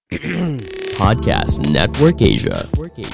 Podcast Network Asia.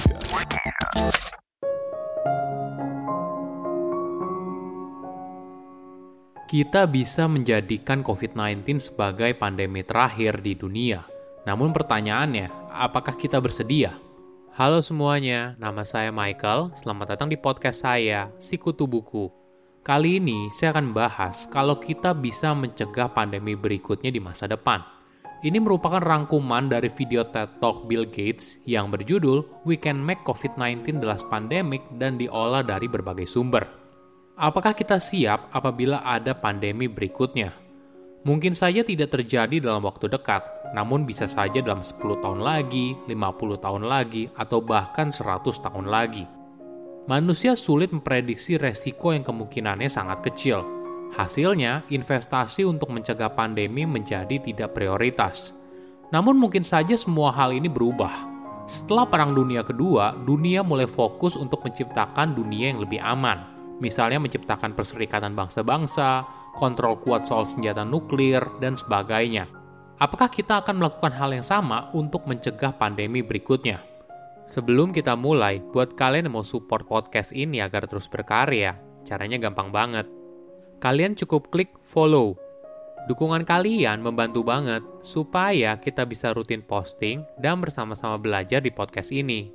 Kita bisa menjadikan COVID-19 sebagai pandemi terakhir di dunia. Namun pertanyaannya, apakah kita bersedia? Halo semuanya, nama saya Michael. Selamat datang di podcast saya, Sikutu Buku. Kali ini saya akan bahas kalau kita bisa mencegah pandemi berikutnya di masa depan. Ini merupakan rangkuman dari video TED Talk Bill Gates yang berjudul We Can Make COVID-19 the Last Pandemic dan diolah dari berbagai sumber. Apakah kita siap apabila ada pandemi berikutnya? Mungkin saja tidak terjadi dalam waktu dekat, namun bisa saja dalam 10 tahun lagi, 50 tahun lagi, atau bahkan 100 tahun lagi. Manusia sulit memprediksi resiko yang kemungkinannya sangat kecil. Hasilnya, investasi untuk mencegah pandemi menjadi tidak prioritas. Namun mungkin saja semua hal ini berubah. Setelah Perang Dunia Kedua, dunia mulai fokus untuk menciptakan dunia yang lebih aman. Misalnya menciptakan perserikatan bangsa-bangsa, kontrol kuat soal senjata nuklir, dan sebagainya. Apakah kita akan melakukan hal yang sama untuk mencegah pandemi berikutnya? Sebelum kita mulai, buat kalian yang mau support podcast ini agar terus berkarya, caranya gampang banget. Kalian cukup klik follow. Dukungan kalian membantu banget supaya kita bisa rutin posting dan bersama-sama belajar di podcast ini.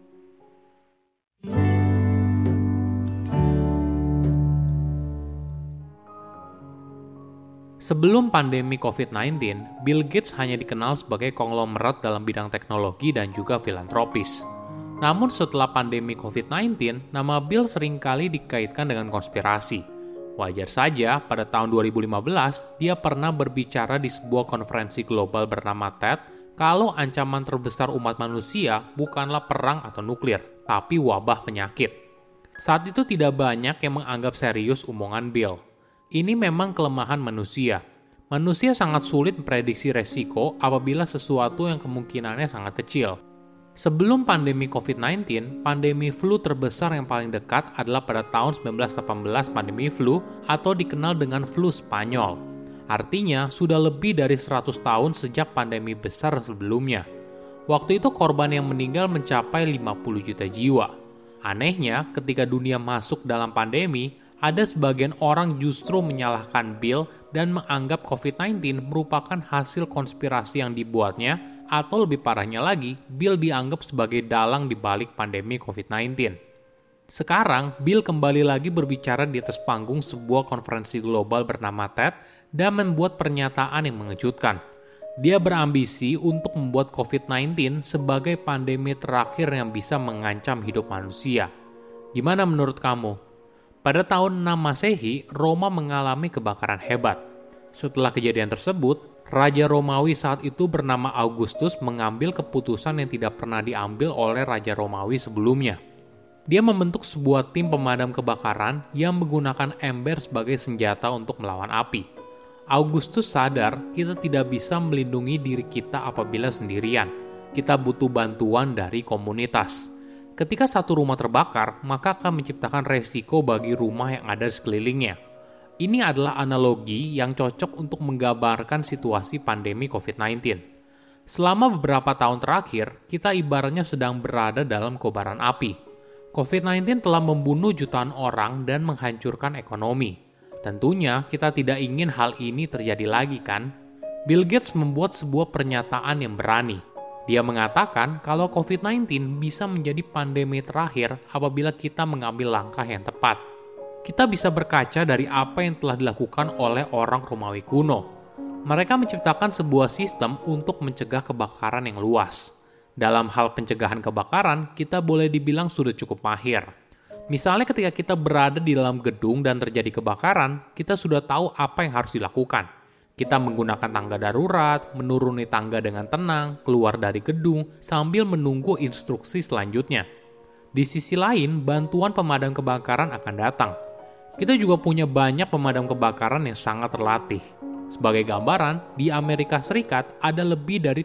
Sebelum pandemi COVID-19, Bill Gates hanya dikenal sebagai konglomerat dalam bidang teknologi dan juga filantropis. Namun setelah pandemi COVID-19, nama Bill seringkali dikaitkan dengan konspirasi. Wajar saja, pada tahun 2015, dia pernah berbicara di sebuah konferensi global bernama TED kalau ancaman terbesar umat manusia bukanlah perang atau nuklir, tapi wabah penyakit. Saat itu tidak banyak yang menganggap serius omongan Bill. Ini memang kelemahan manusia. Manusia sangat sulit memprediksi resiko apabila sesuatu yang kemungkinannya sangat kecil. Sebelum pandemi COVID-19, pandemi flu terbesar yang paling dekat adalah pada tahun 1918 pandemi flu atau dikenal dengan flu Spanyol. Artinya, sudah lebih dari 100 tahun sejak pandemi besar sebelumnya. Waktu itu korban yang meninggal mencapai 50 juta jiwa. Anehnya, ketika dunia masuk dalam pandemi, ada sebagian orang justru menyalahkan Bill dan menganggap COVID-19 merupakan hasil konspirasi yang dibuatnya, atau lebih parahnya lagi, Bill dianggap sebagai dalang di balik pandemi COVID-19. Sekarang, Bill kembali lagi berbicara di atas panggung sebuah konferensi global bernama TED dan membuat pernyataan yang mengejutkan. Dia berambisi untuk membuat COVID-19 sebagai pandemi terakhir yang bisa mengancam hidup manusia. Gimana menurut kamu? Pada tahun 6 Masehi, Roma mengalami kebakaran hebat. Setelah kejadian tersebut, Raja Romawi saat itu bernama Augustus mengambil keputusan yang tidak pernah diambil oleh Raja Romawi sebelumnya. Dia membentuk sebuah tim pemadam kebakaran yang menggunakan ember sebagai senjata untuk melawan api. Augustus sadar kita tidak bisa melindungi diri kita apabila sendirian. Kita butuh bantuan dari komunitas. Ketika satu rumah terbakar, maka akan menciptakan resiko bagi rumah yang ada di sekelilingnya. Ini adalah analogi yang cocok untuk menggambarkan situasi pandemi COVID-19. Selama beberapa tahun terakhir, kita ibaratnya sedang berada dalam kobaran api. COVID-19 telah membunuh jutaan orang dan menghancurkan ekonomi. Tentunya kita tidak ingin hal ini terjadi lagi, kan? Bill Gates membuat sebuah pernyataan yang berani. Dia mengatakan kalau COVID-19 bisa menjadi pandemi terakhir apabila kita mengambil langkah yang tepat. Kita bisa berkaca dari apa yang telah dilakukan oleh orang Romawi kuno. Mereka menciptakan sebuah sistem untuk mencegah kebakaran yang luas. Dalam hal pencegahan kebakaran, kita boleh dibilang sudah cukup mahir. Misalnya ketika kita berada di dalam gedung dan terjadi kebakaran, kita sudah tahu apa yang harus dilakukan. Kita menggunakan tangga darurat, menuruni tangga dengan tenang, keluar dari gedung, sambil menunggu instruksi selanjutnya. Di sisi lain, bantuan pemadam kebakaran akan datang. Kita juga punya banyak pemadam kebakaran yang sangat terlatih. Sebagai gambaran, di Amerika Serikat ada lebih dari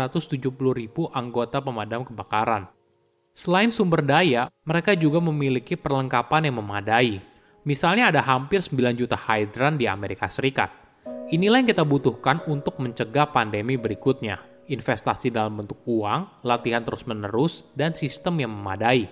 370.000 anggota pemadam kebakaran. Selain sumber daya, mereka juga memiliki perlengkapan yang memadai. Misalnya ada hampir 9 juta hidran di Amerika Serikat. Inilah yang kita butuhkan untuk mencegah pandemi berikutnya, investasi dalam bentuk uang, latihan terus-menerus, dan sistem yang memadai.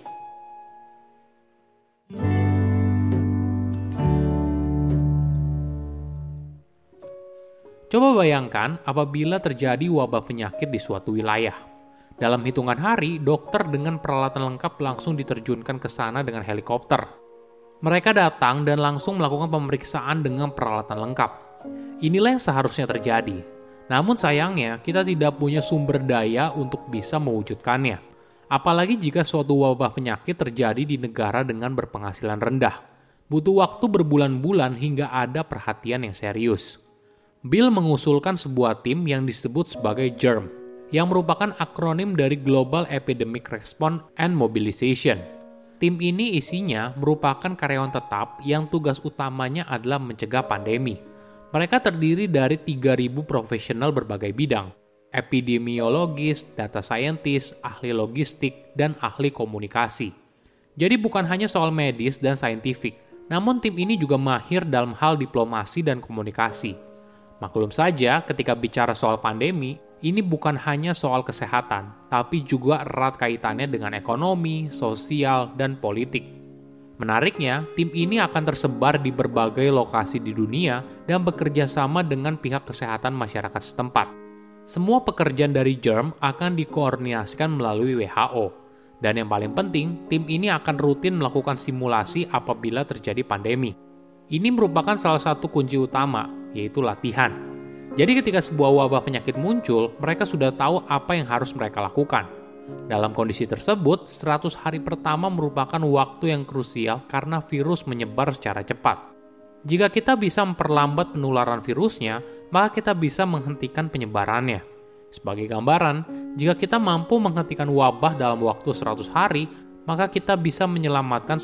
Coba bayangkan apabila terjadi wabah penyakit di suatu wilayah. Dalam hitungan hari, dokter dengan peralatan lengkap langsung diterjunkan ke sana dengan helikopter. Mereka datang dan langsung melakukan pemeriksaan dengan peralatan lengkap. Inilah yang seharusnya terjadi. Namun sayangnya, kita tidak punya sumber daya untuk bisa mewujudkannya. Apalagi jika suatu wabah penyakit terjadi di negara dengan berpenghasilan rendah. Butuh waktu berbulan-bulan hingga ada perhatian yang serius. Bill mengusulkan sebuah tim yang disebut sebagai GERM, yang merupakan akronim dari Global Epidemic Response and Mobilization. Tim ini isinya merupakan karyawan tetap yang tugas utamanya adalah mencegah pandemi. Mereka terdiri dari 3.000 profesional berbagai bidang, epidemiologis, data scientist, ahli logistik, dan ahli komunikasi. Jadi bukan hanya soal medis dan saintifik, namun tim ini juga mahir dalam hal diplomasi dan komunikasi. Maklum saja, ketika bicara soal pandemi, ini bukan hanya soal kesehatan, tapi juga erat kaitannya dengan ekonomi, sosial, dan politik. Menariknya, tim ini akan tersebar di berbagai lokasi di dunia dan bekerja sama dengan pihak kesehatan masyarakat setempat. Semua pekerjaan dari GERM akan dikoordinasikan melalui WHO. Dan yang paling penting, tim ini akan rutin melakukan simulasi apabila terjadi pandemi. Ini merupakan salah satu kunci utama, yaitu latihan. Jadi ketika sebuah wabah penyakit muncul, mereka sudah tahu apa yang harus mereka lakukan. Dalam kondisi tersebut, 100 hari pertama merupakan waktu yang krusial karena virus menyebar secara cepat. Jika kita bisa memperlambat penularan virusnya, maka kita bisa menghentikan penyebarannya. Sebagai gambaran, jika kita mampu menghentikan wabah dalam waktu 100 hari, maka kita bisa menyelamatkan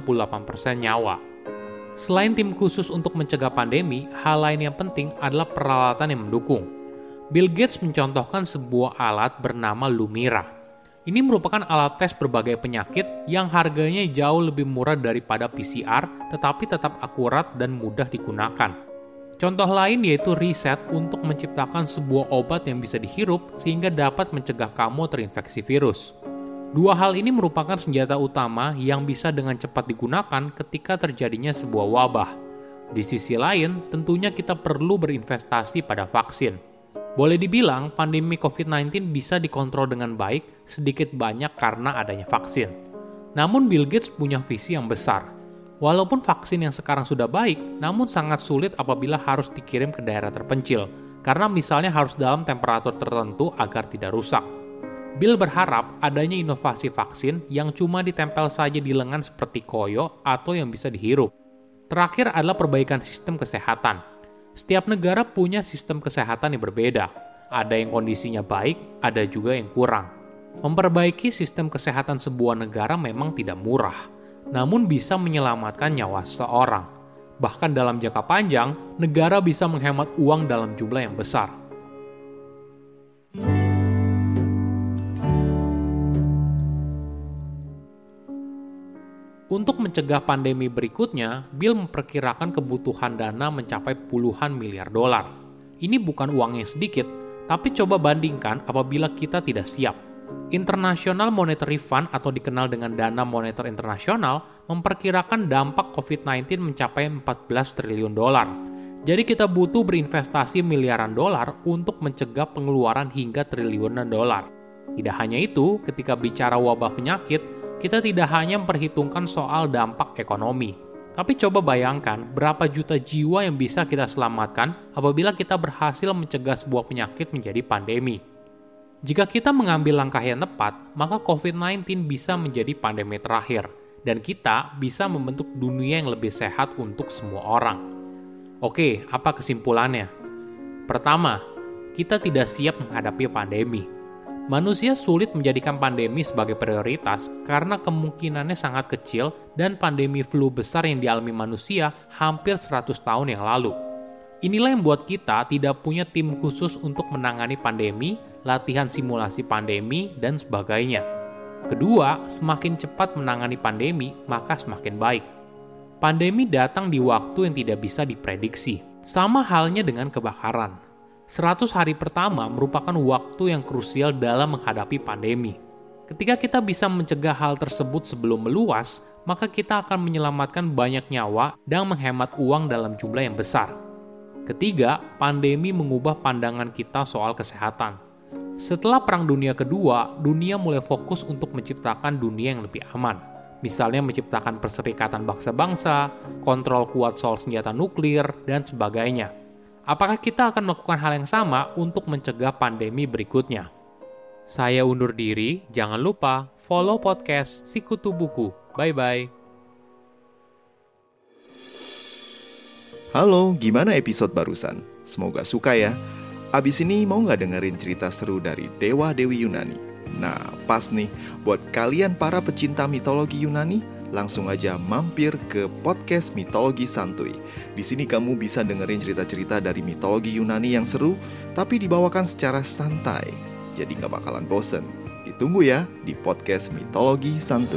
98% nyawa. Selain tim khusus untuk mencegah pandemi, hal lain yang penting adalah peralatan yang mendukung. Bill Gates mencontohkan sebuah alat bernama Lumira. Ini merupakan alat tes berbagai penyakit yang harganya jauh lebih murah daripada PCR, tetapi tetap akurat dan mudah digunakan. Contoh lain yaitu riset untuk menciptakan sebuah obat yang bisa dihirup sehingga dapat mencegah kamu terinfeksi virus. Dua hal ini merupakan senjata utama yang bisa dengan cepat digunakan ketika terjadinya sebuah wabah. Di sisi lain, tentunya kita perlu berinvestasi pada vaksin. Boleh dibilang, pandemi COVID-19 bisa dikontrol dengan baik sedikit banyak karena adanya vaksin. Namun Bill Gates punya visi yang besar. Walaupun vaksin yang sekarang sudah baik, namun sangat sulit apabila harus dikirim ke daerah terpencil, karena misalnya harus dalam temperatur tertentu agar tidak rusak. Bill berharap adanya inovasi vaksin yang cuma ditempel saja di lengan seperti koyo atau yang bisa dihirup. Terakhir adalah perbaikan sistem kesehatan. Setiap negara punya sistem kesehatan yang berbeda. Ada yang kondisinya baik, ada juga yang kurang. Memperbaiki sistem kesehatan sebuah negara memang tidak murah, namun bisa menyelamatkan nyawa seseorang. Bahkan dalam jangka panjang, negara bisa menghemat uang dalam jumlah yang besar. Untuk mencegah pandemi berikutnya, Bill memperkirakan kebutuhan dana mencapai puluhan miliar dolar. Ini bukan uang yang sedikit, tapi coba bandingkan apabila kita tidak siap. International Monetary Fund atau dikenal dengan Dana Moneter Internasional memperkirakan dampak COVID-19 mencapai 14 triliun dolar. Jadi kita butuh berinvestasi miliaran dolar untuk mencegah pengeluaran hingga triliunan dolar. Tidak hanya itu, ketika bicara wabah penyakit, kita tidak hanya memperhitungkan soal dampak ekonomi, tapi coba bayangkan berapa juta jiwa yang bisa kita selamatkan apabila kita berhasil mencegah sebuah penyakit menjadi pandemi. Jika kita mengambil langkah yang tepat, maka COVID-19 bisa menjadi pandemi terakhir, dan kita bisa membentuk dunia yang lebih sehat untuk semua orang. Oke, apa kesimpulannya? Pertama, kita tidak siap menghadapi pandemi. Manusia sulit menjadikan pandemi sebagai prioritas karena kemungkinannya sangat kecil dan pandemi flu besar yang dialami manusia hampir 100 tahun yang lalu. Inilah yang membuat kita tidak punya tim khusus untuk menangani pandemi, latihan simulasi pandemi, dan sebagainya. Kedua, semakin cepat menangani pandemi, maka semakin baik. Pandemi datang di waktu yang tidak bisa diprediksi. Sama halnya dengan kebakaran. 100 hari pertama merupakan waktu yang krusial dalam menghadapi pandemi. Ketika kita bisa mencegah hal tersebut sebelum meluas, maka kita akan menyelamatkan banyak nyawa dan menghemat uang dalam jumlah yang besar. Ketiga, pandemi mengubah pandangan kita soal kesehatan. Setelah Perang Dunia Kedua, dunia mulai fokus untuk menciptakan dunia yang lebih aman. Misalnya menciptakan perserikatan bangsa-bangsa, kontrol kuat soal senjata nuklir, dan sebagainya. Apakah kita akan melakukan hal yang sama untuk mencegah pandemi berikutnya? Saya undur diri, jangan lupa follow podcast Sikutu Buku. Bye-bye. Halo, gimana episode barusan? Semoga suka ya. Abis ini mau nggak dengerin cerita seru dari Dewa-Dewi Yunani? Nah, pas nih, buat kalian para pecinta mitologi Yunani, langsung aja mampir ke podcast Mitologi Santuy. Di sini kamu bisa dengerin cerita-cerita dari mitologi Yunani yang seru, tapi dibawakan secara santai. Jadi nggak bakalan bosen. Ditunggu ya di podcast Mitologi Santuy.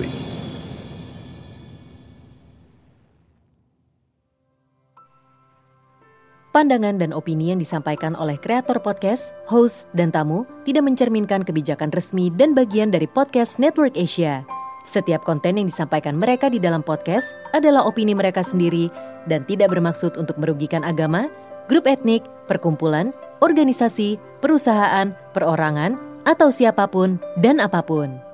Pandangan dan opini yang disampaikan oleh kreator podcast, host, dan tamu tidak mencerminkan kebijakan resmi dan bagian dari podcast Network Asia. Setiap konten yang disampaikan mereka di dalam podcast adalah opini mereka sendiri dan tidak bermaksud untuk merugikan agama, grup etnik, perkumpulan, organisasi, perusahaan, perorangan, atau siapapun dan apapun.